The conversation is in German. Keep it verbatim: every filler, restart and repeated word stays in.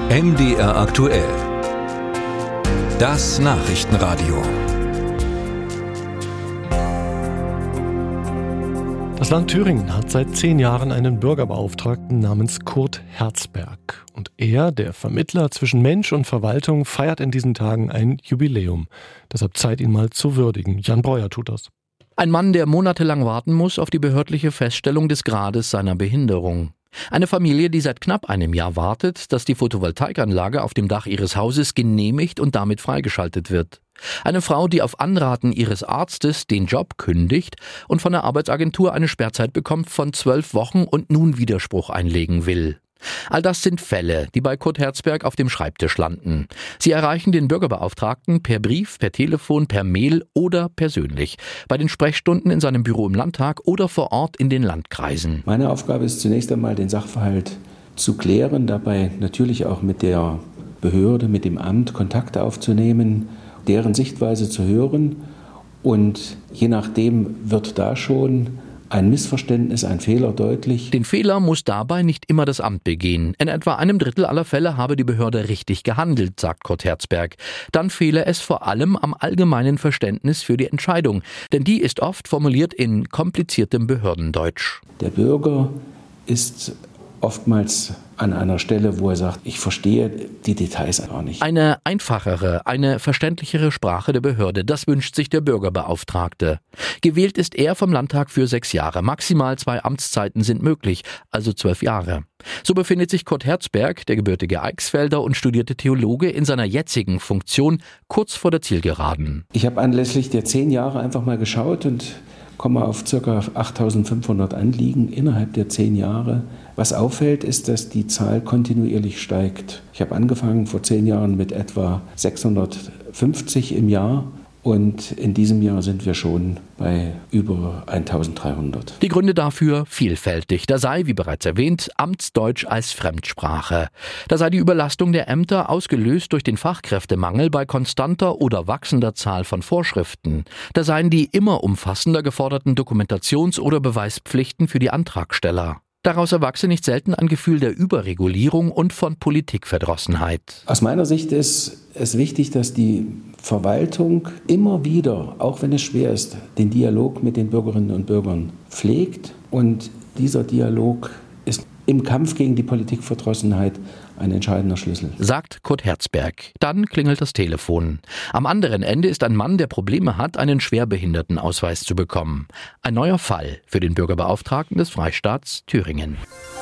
M D R aktuell. Das Nachrichtenradio. Das Land Thüringen hat seit zehn Jahren einen Bürgerbeauftragten namens Kurt Herzberg. Und er, der Vermittler zwischen Mensch und Verwaltung, feiert in diesen Tagen ein Jubiläum. Deshalb Zeit, ihn mal zu würdigen. Jan Breuer tut das. Ein Mann, der monatelang warten muss auf die behördliche Feststellung des Grades seiner Behinderung. Eine Familie, die seit knapp einem Jahr wartet, dass die Photovoltaikanlage auf dem Dach ihres Hauses genehmigt und damit freigeschaltet wird. Eine Frau, die auf Anraten ihres Arztes den Job kündigt und von der Arbeitsagentur eine Sperrzeit bekommt von zwölf Wochen und nun Widerspruch einlegen will. All das sind Fälle, die bei Kurt Herzberg auf dem Schreibtisch landen. Sie erreichen den Bürgerbeauftragten per Brief, per Telefon, per Mail oder persönlich. Bei den Sprechstunden in seinem Büro im Landtag oder vor Ort in den Landkreisen. Meine Aufgabe ist zunächst einmal, den Sachverhalt zu klären, dabei natürlich auch mit der Behörde, mit dem Amt Kontakte aufzunehmen, deren Sichtweise zu hören, und je nachdem wird da schon ein Missverständnis, ein Fehler deutlich. Den Fehler muss dabei nicht immer das Amt begehen. In etwa einem Drittel aller Fälle habe die Behörde richtig gehandelt, sagt Kurt Herzberg. Dann fehle es vor allem am allgemeinen Verständnis für die Entscheidung, denn die ist oft formuliert in kompliziertem Behördendeutsch. Der Bürger ist oftmals an einer Stelle, wo er sagt, ich verstehe die Details gar nicht. Eine einfachere, eine verständlichere Sprache der Behörde, das wünscht sich der Bürgerbeauftragte. Gewählt ist er vom Landtag für sechs Jahre. Maximal zwei Amtszeiten sind möglich, also zwölf Jahre. So befindet sich Kurt Herzberg, der gebürtige Eichsfelder und studierte Theologe, in seiner jetzigen Funktion kurz vor der Zielgeraden. Ich habe anlässlich der zehn Jahre einfach mal geschaut und komme auf ca. achttausendfünfhundert Anliegen innerhalb der zehn Jahre. Was auffällt, ist, dass die Zahl kontinuierlich steigt. Ich habe angefangen vor zehn Jahren mit etwa sechshundertfünfzig im Jahr und in diesem Jahr sind wir schon bei über eintausenddreihundert. Die Gründe dafür vielfältig. Da sei, wie bereits erwähnt, Amtsdeutsch als Fremdsprache. Da sei die Überlastung der Ämter ausgelöst durch den Fachkräftemangel bei konstanter oder wachsender Zahl von Vorschriften. Da seien die immer umfassender geforderten Dokumentations- oder Beweispflichten für die Antragsteller. Daraus erwachse nicht selten ein Gefühl der Überregulierung und von Politikverdrossenheit. Aus meiner Sicht ist es wichtig, dass die Verwaltung immer wieder, auch wenn es schwer ist, den Dialog mit den Bürgerinnen und Bürgern pflegt. Und dieser Dialog ist im Kampf gegen die Politikverdrossenheit ein entscheidender Schlüssel. Sagt Kurt Herzberg. Dann klingelt das Telefon. Am anderen Ende ist ein Mann, der Probleme hat, einen Schwerbehindertenausweis zu bekommen. Ein neuer Fall für den Bürgerbeauftragten des Freistaats Thüringen.